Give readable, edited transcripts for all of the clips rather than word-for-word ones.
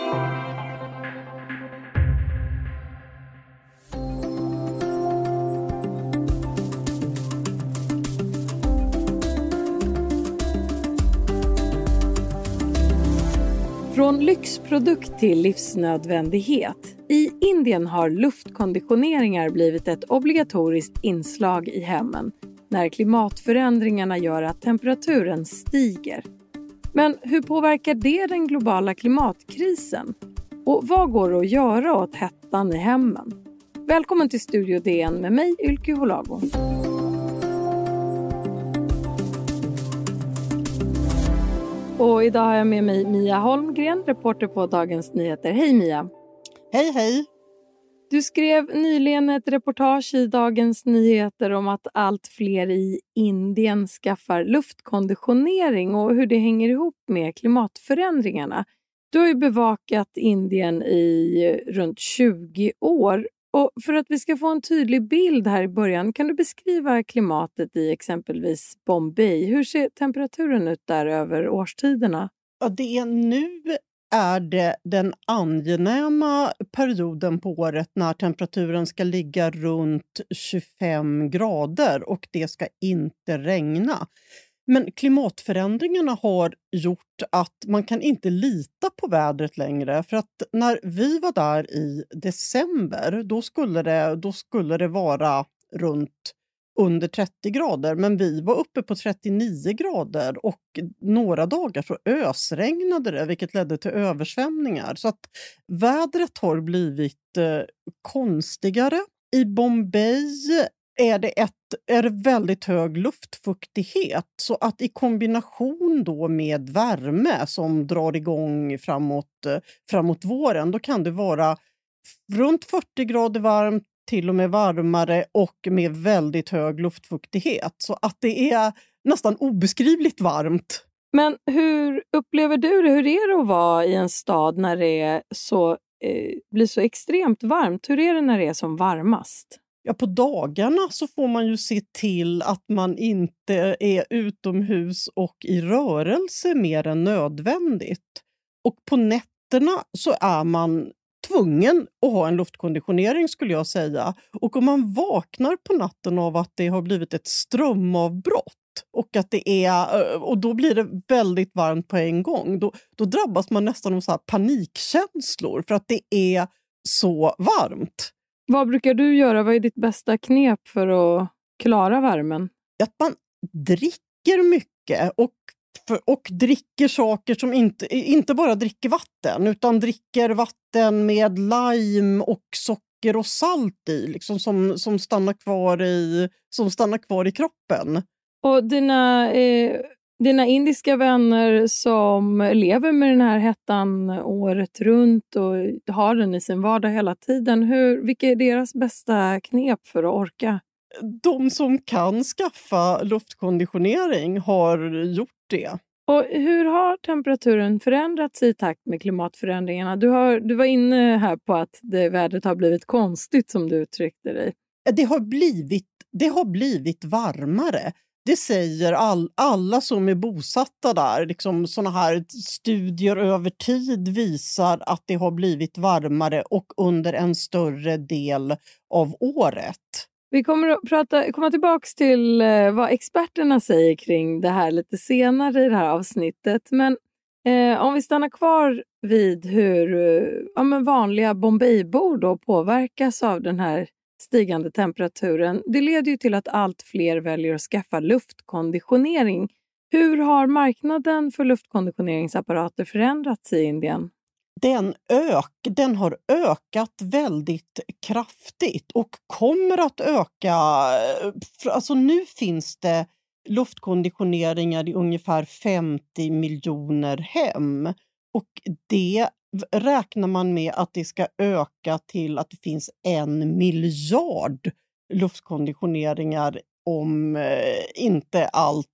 Från lyxprodukt till livsnödvändighet. I Indien har luftkonditioneringar blivit ett obligatoriskt inslag i hemmen när klimatförändringarna gör att temperaturen stiger. Men hur påverkar det den globala klimatkrisen? Och vad går att göra åt hettan i hemmen? Välkommen till Studio DN med mig, Ylke Holago. Och idag har jag med mig Mia Holmgren, reporter på Dagens Nyheter. Hej Mia! Hej hej! Du skrev nyligen ett reportage i Dagens Nyheter om att allt fler i Indien skaffar luftkonditionering och hur det hänger ihop med klimatförändringarna. Du har ju bevakat Indien i runt 20 år. Och för att vi ska få en tydlig bild här i början, kan du beskriva klimatet i exempelvis Bombay? Hur ser temperaturen ut där över årstiderna? Ja, nu är det den angenäma perioden på året när temperaturen ska ligga runt 25 grader och det ska inte regna. Men klimatförändringarna har gjort att man kan inte lita på vädret längre. För att när vi var där i december, då skulle det vara runt under 30 grader. Men vi var uppe på 39 grader och några dagar så ösregnade det, vilket ledde till översvämningar. Så att vädret har blivit konstigare. I Bombay är det väldigt hög luftfuktighet, så att i kombination då med värme som drar igång framåt våren, då kan det vara runt 40 grader varmt, till och med varmare och med väldigt hög luftfuktighet. Så att det är nästan obeskrivligt varmt. Men hur upplever du det? Hur är det att vara i en stad när det är blir så extremt varmt? Hur är det när det är som varmast? Ja, på dagarna så får man ju se till att man inte är utomhus och i rörelse mer än nödvändigt. Och på nätterna så är man tvungen att ha en luftkonditionering, skulle jag säga. Och om man vaknar på natten av att det har blivit ett strömavbrott och då blir det väldigt varmt på en gång, då drabbas man nästan av så här panikkänslor för att det är så varmt. Vad brukar du göra? Vad är ditt bästa knep för att klara värmen? Att man dricker mycket och dricker saker som inte bara dricker vatten, utan dricker vatten med lime och socker och salt i, liksom som stannar kvar i kroppen. Och dina indiska vänner som lever med den här hettan året runt och har den i sin vardag hela tiden, vilka är deras bästa knep för att orka? De som kan skaffa luftkonditionering har gjort det. Och hur har temperaturen förändrats i takt med klimatförändringarna? Du var inne här på att vädret har blivit konstigt, som du uttryckte dig. Det har blivit varmare. Det säger alla som är bosatta där. Liksom såna här studier över tid visar att det har blivit varmare och under en större del av året. Vi kommer att komma tillbaka till vad experterna säger kring det här lite senare i det här avsnittet. Men om vi stannar kvar vid hur vanliga Bombaybor då påverkas av den här stigande temperaturen. Det leder ju till att allt fler väljer att skaffa luftkonditionering. Hur har marknaden för luftkonditioneringsapparater förändrats i Indien? Den har ökat väldigt kraftigt och kommer att öka. Alltså nu finns det luftkonditioneringar i ungefär 50 miljoner hem. Och det räknar man med att det ska öka till att det finns 1 miljard luftkonditioneringar om inte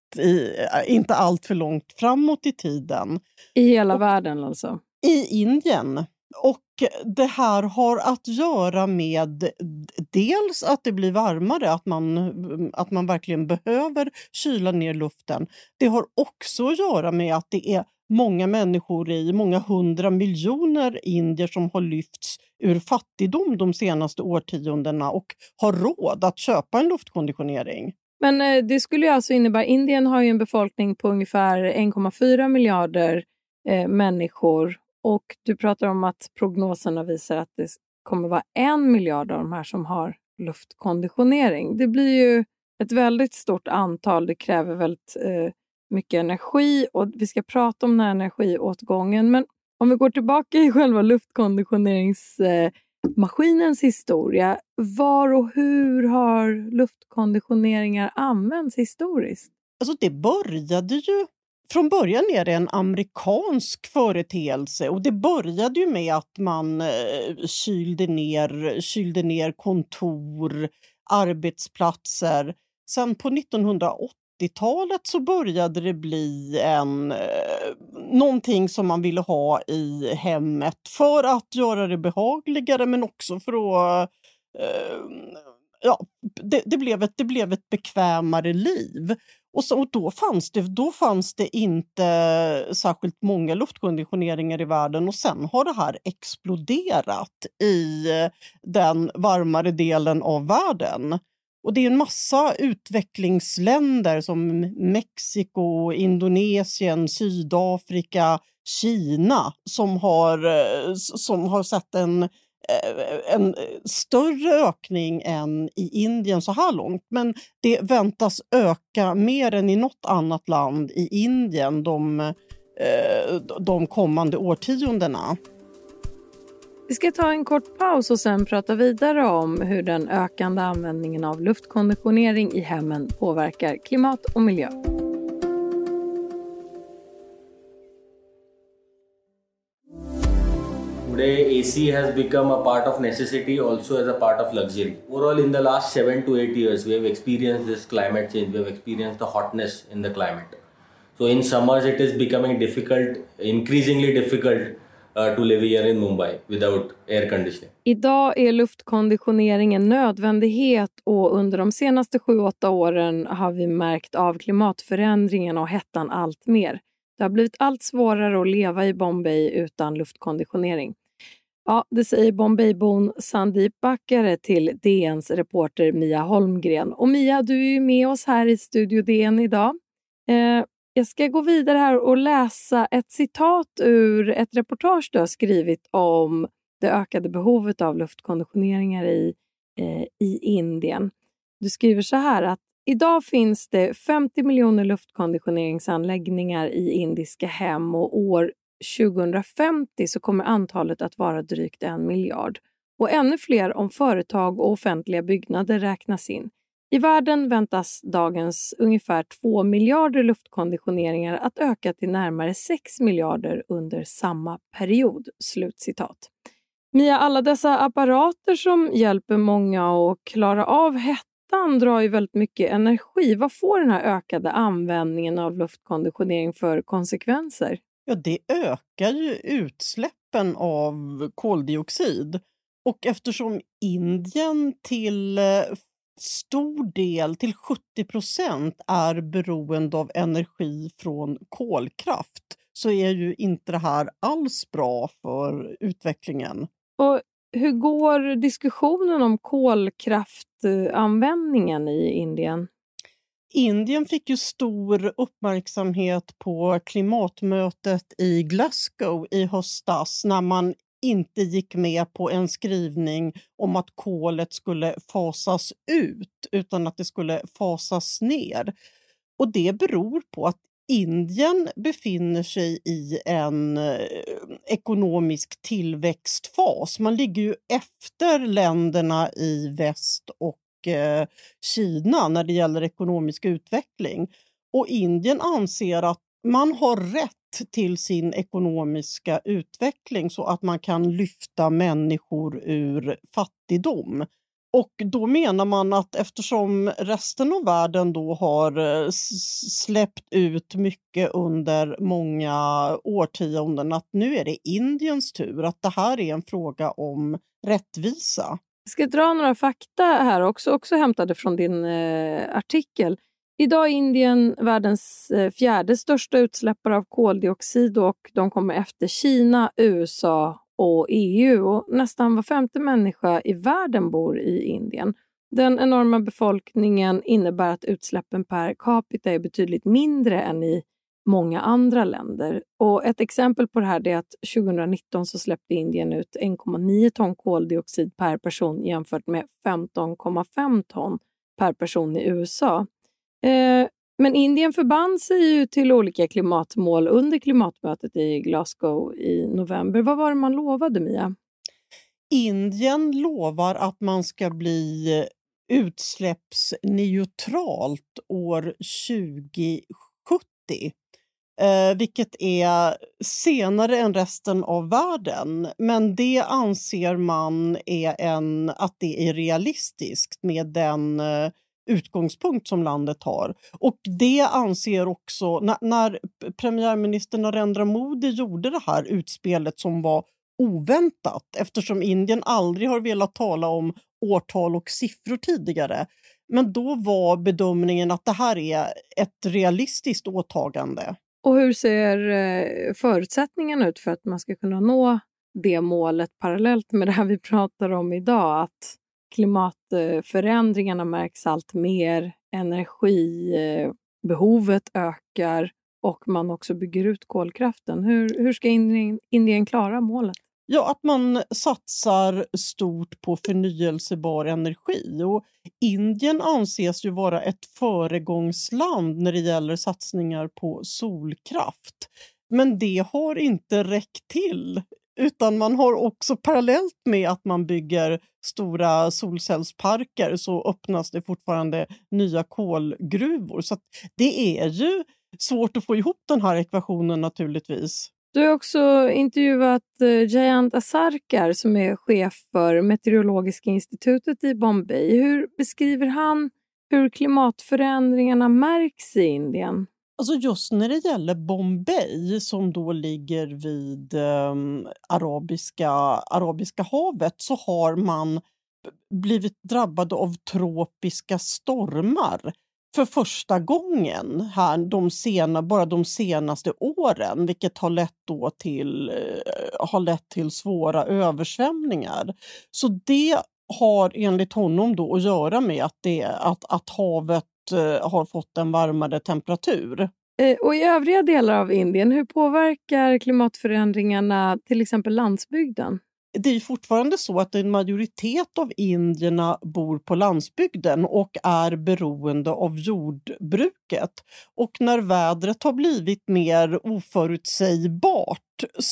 allt för långt framåt i tiden. I hela världen alltså? I Indien. Och det här har att göra med dels att det blir varmare, att man verkligen behöver kyla ner luften. Det har också att göra med att det är många människor i många 100 miljoner indier som har lyfts ur fattigdom de senaste årtiondena och har råd att köpa en luftkonditionering. Men det skulle ju alltså innebära, Indien har ju en befolkning på ungefär 1,4 miljarder människor, och du pratar om att prognoserna visar att det kommer vara 1 miljard av de här som har luftkonditionering. Det blir ju ett väldigt stort antal, det kräver väldigt mycket energi, och vi ska prata om den här energiåtgången. Men om vi går tillbaka i själva luftkonditionsmaskinens historia, var och hur har luftkonditioneringar använts historiskt? Alltså det började ju, från början är det en amerikansk företeelse, och det började ju med att man kylde ner kontor, arbetsplatser. Sen på 1980-talet så började det bli någonting som man ville ha i hemmet för att göra det behagligare, men också för att det blev ett bekvämare liv. Och då fanns det inte särskilt många luftkonditioneringar i världen, och sen har det här exploderat i den varmare delen av världen. Och det är en massa utvecklingsländer som Mexiko, Indonesien, Sydafrika, Kina som har sett en större ökning än i Indien så här långt. Men det väntas öka mer än i något annat land i Indien de kommande årtiondena. Vi ska ta en kort paus och sen prata vidare om hur den ökande användningen av luftkonditionering i hemmen påverkar klimat och miljö. Today, AC has become a part of necessity, also as a part of luxury. Overall, in the last 7 to 8 years, we have experienced this climate change. We have experienced the hotness in the climate. So in summers, it is becoming increasingly difficult to live here in Mumbai without air conditioning. Idag är luftkonditionering en nödvändighet, och under de senaste 7-8 åren har vi märkt av klimatförändringen och hettan allt mer. Det har blivit allt svårare att leva i Bombay utan luftkonditionering. Ja, det säger Bombaybon Sandeep Backare till DNs reporter Mia Holmgren. Och Mia, du är ju med oss här i Studio DN idag. Jag ska gå vidare här och läsa ett citat ur ett reportage du har skrivit om det ökade behovet av luftkonditioneringar i Indien. Du skriver så här att idag finns det 50 miljoner luftkonditioneringsanläggningar i indiska hem, och år 2050 så kommer antalet att vara drygt 1 miljard. Och ännu fler om företag och offentliga byggnader räknas in. I världen väntas dagens ungefär 2 miljarder luftkonditioneringar att öka till närmare 6 miljarder under samma period. Slutcitat. Mia, alla dessa apparater som hjälper många att klara av hettan drar ju väldigt mycket energi. Vad får den här ökade användningen av luftkonditionering för konsekvenser? Ja, det ökar ju utsläppen av koldioxid. Och eftersom Indien till stor del, till 70%, är beroende av energi från kolkraft, så är ju inte det här alls bra för utvecklingen. Och hur går diskussionen om kolkraftanvändningen i Indien? Indien fick ju stor uppmärksamhet på klimatmötet i Glasgow i höstas, när man inte gick med på en skrivning om att kolet skulle fasas ut, utan att det skulle fasas ner. Och det beror på att Indien befinner sig i en ekonomisk tillväxtfas. Man ligger ju efter länderna i väst och Kina när det gäller ekonomisk utveckling. Och Indien anser att man har rätt till sin ekonomiska utveckling så att man kan lyfta människor ur fattigdom. Och då menar man att eftersom resten av världen då har släppt ut mycket under många årtionden, att nu är det Indiens tur, att det här är en fråga om rättvisa. Jag ska dra några fakta här också hämtade från din artikel. Idag är Indien världens fjärde största utsläppare av koldioxid och de kommer efter Kina, USA och EU. Och nästan var femte människa i världen bor i Indien. Den enorma befolkningen innebär att utsläppen per capita är betydligt mindre än i många andra länder. Och ett exempel på det här är att 2019 så släppte Indien ut 1,9 ton koldioxid per person jämfört med 15,5 ton per person i USA. Men Indien förband sig ju till olika klimatmål under klimatmötet i Glasgow i november. Vad var det man lovade, Mia? Indien lovar att man ska bli utsläppsneutralt år 2070. Vilket är senare än resten av världen. Men det anser man att det är realistiskt med den utgångspunkt som landet har. Och det anser också, när premiärminister Narendra Modi gjorde det här utspelet som var oväntat, eftersom Indien aldrig har velat tala om årtal och siffror tidigare. Men då var bedömningen att det här är ett realistiskt åtagande. Och hur ser förutsättningarna ut för att man ska kunna nå det målet parallellt med det här vi pratar om idag? Att klimatförändringarna märks allt mer, energibehovet ökar och man också bygger ut kolkraften. Hur ska Indien klara målet? Ja, att man satsar stort på förnyelsebar energi. Och Indien anses ju vara ett föregångsland när det gäller satsningar på solkraft. Men det har inte räckt till. Utan man har också parallellt med att man bygger stora solcellsparker så öppnas det fortfarande nya kolgruvor. Så att det är ju svårt att få ihop den här ekvationen naturligtvis. Du har också intervjuat Jayant Sarkar som är chef för Meteorologiska institutet i Bombay. Hur beskriver han hur klimatförändringarna märks i Indien? Alltså just när det gäller Bombay som då ligger vid Arabiska havet så har man blivit drabbade av tropiska stormar för första gången här de senaste åren, vilket har lett till svåra översvämningar. Så det har enligt honom då att göra med att havet har fått en varmare temperatur. Och i övriga delar av Indien, hur påverkar klimatförändringarna till exempel landsbygden? Det är fortfarande så att en majoritet av indierna bor på landsbygden och är beroende av jordbruket. Och när vädret har blivit mer oförutsägbart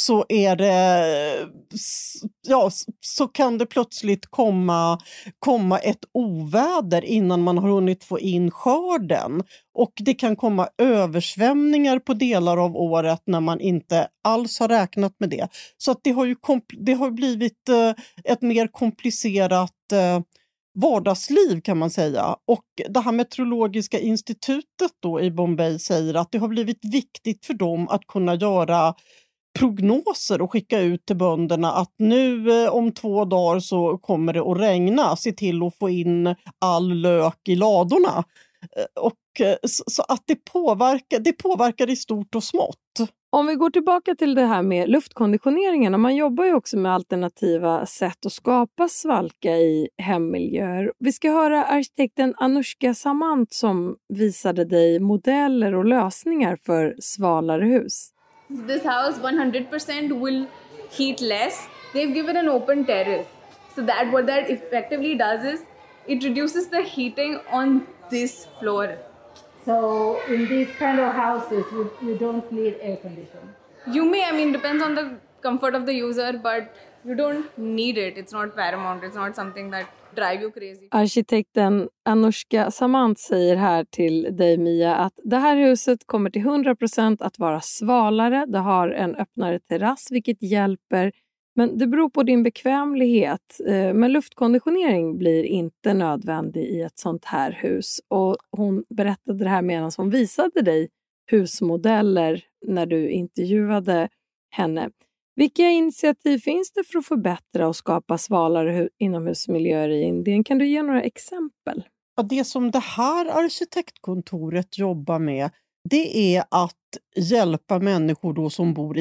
så kan det plötsligt komma ett oväder innan man har hunnit få in skörden. Och det kan komma översvämningar på delar av året när man inte alls har räknat med det. Så att det har blivit ett mer komplicerat vardagsliv kan man säga. Och det här meteorologiska institutet då i Bombay säger att det har blivit viktigt för dem att kunna göra prognoser och skicka ut till bönderna att nu om 2 dagar så kommer det att regna. Se till att få in all lök i ladorna. Och så att det påverkar i stort och smått. Om vi går tillbaka till det här med luftkonditioneringen, och man jobbar ju också med alternativa sätt att skapa svalka i hemmiljöer. Vi ska höra arkitekten Anushka Samant som visade dig modeller och lösningar för svalare hus. This house 100% will heat less. They've given an open terrace. So what that effectively does is it reduces the heating on this floor. So in these kind of houses, you don't need air conditioning? You may, depends on the comfort of the user, but you don't need it. It's not paramount. It's not something that drive you crazy. Arkitekten Anushka Samant säger här till dig, Mia, att det här huset kommer till 100% att vara svalare. Det har en öppnare terrass, vilket hjälper. Men det beror på din bekvämlighet. Men luftkonditionering blir inte nödvändig i ett sånt här hus. Och hon berättade det här medan hon visade dig husmodeller när du intervjuade henne. Vilka initiativ finns det för att förbättra och skapa svalare inomhusmiljöer i Indien? Kan du ge några exempel? Det som det här arkitektkontoret jobbar med, det är att hjälpa människor då som bor i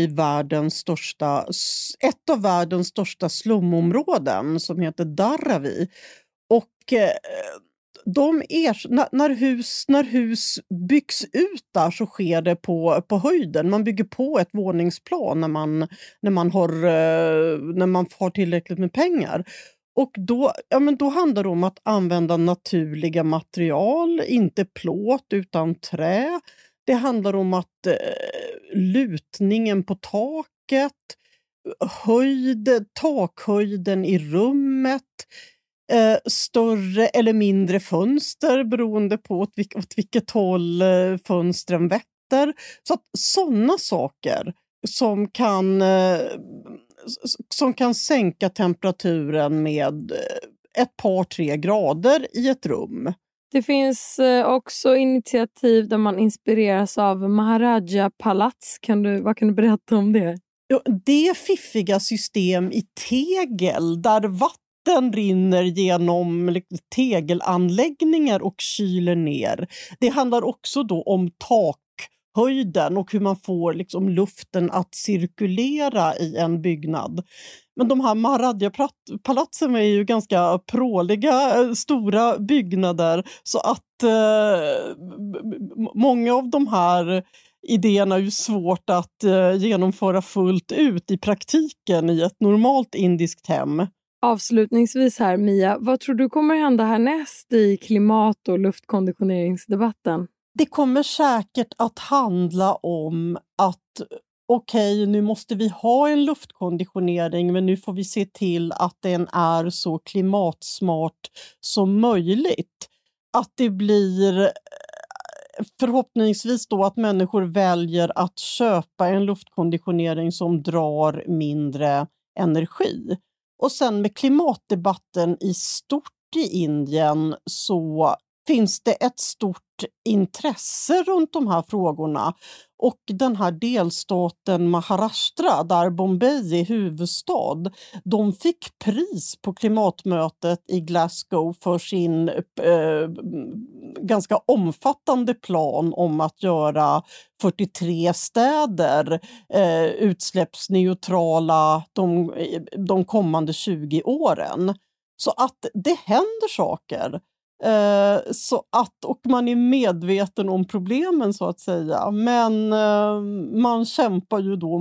ett av världens största slumområden som heter Dharavi. Och när hus byggs ut där så sker det på höjden. Man bygger på ett våningsplan när man har tillräckligt med pengar. Och då handlar det om att använda naturliga material, inte plåt utan trä. Det handlar om att lutningen på taket, takhöjden i rummet, större eller mindre fönster beroende på åt vilket håll fönstren vetter. Så att sådana saker som kan sänka temperaturen med ett par 3 grader i ett rum. Det finns också initiativ där man inspireras av Maharaja-palats. Vad kan du berätta om det? Ja, det är fiffiga system i tegel där vatten rinner genom tegelanläggningar och kyler ner. Det handlar också då om takhöjden och hur man får luften att cirkulera i en byggnad. Men de här Maharaja-palatsen är ju ganska pråliga, stora byggnader, så att många av de här idéerna är ju svårt att genomföra fullt ut i praktiken i ett normalt indiskt hem. Avslutningsvis här, Mia, vad tror du kommer hända härnäst i klimat- och luftkonditioneringsdebatten? Det kommer säkert att handla om att okej, nu måste vi ha en luftkonditionering, men nu får vi se till att den är så klimatsmart som möjligt. Att det blir förhoppningsvis då att människor väljer att köpa en luftkonditionering som drar mindre energi. Och sen med klimatdebatten i stort i Indien så finns det ett stort intresse runt de här frågorna. Och den här delstaten Maharashtra, där Bombay är huvudstad, de fick pris på klimatmötet i Glasgow för sin ganska omfattande plan om att göra 43 städer utsläppsneutrala de kommande 20 åren. Så att det händer saker. Och man är medveten om problemen så att säga, men man kämpar ju då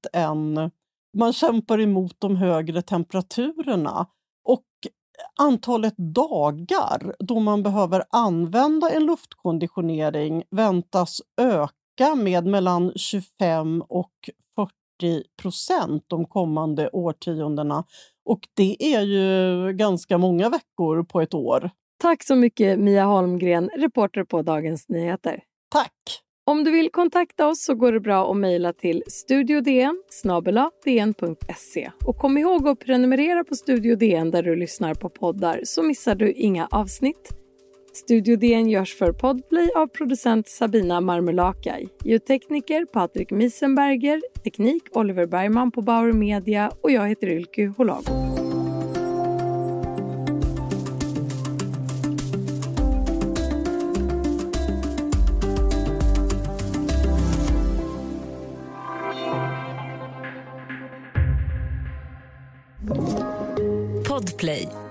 emot de högre temperaturerna, och antalet dagar då man behöver använda en luftkonditionering väntas öka med mellan 25 och 40% de kommande årtiondena, och det är ju ganska många veckor på ett år. Tack så mycket, Mia Holmgren, reporter på Dagens Nyheter. Tack! Om du vill kontakta oss så går det bra att mejla till studiodn@dn.se. Och kom ihåg att prenumerera på Studio DN där du lyssnar på poddar, så missar du inga avsnitt. Studio DN görs för Podplay av producent Sabina Marmulakai, ljudtekniker Patrik Miesenberger, teknik Oliver Bergman på Bauer Media, och jag heter Ylke Holago. Podplay.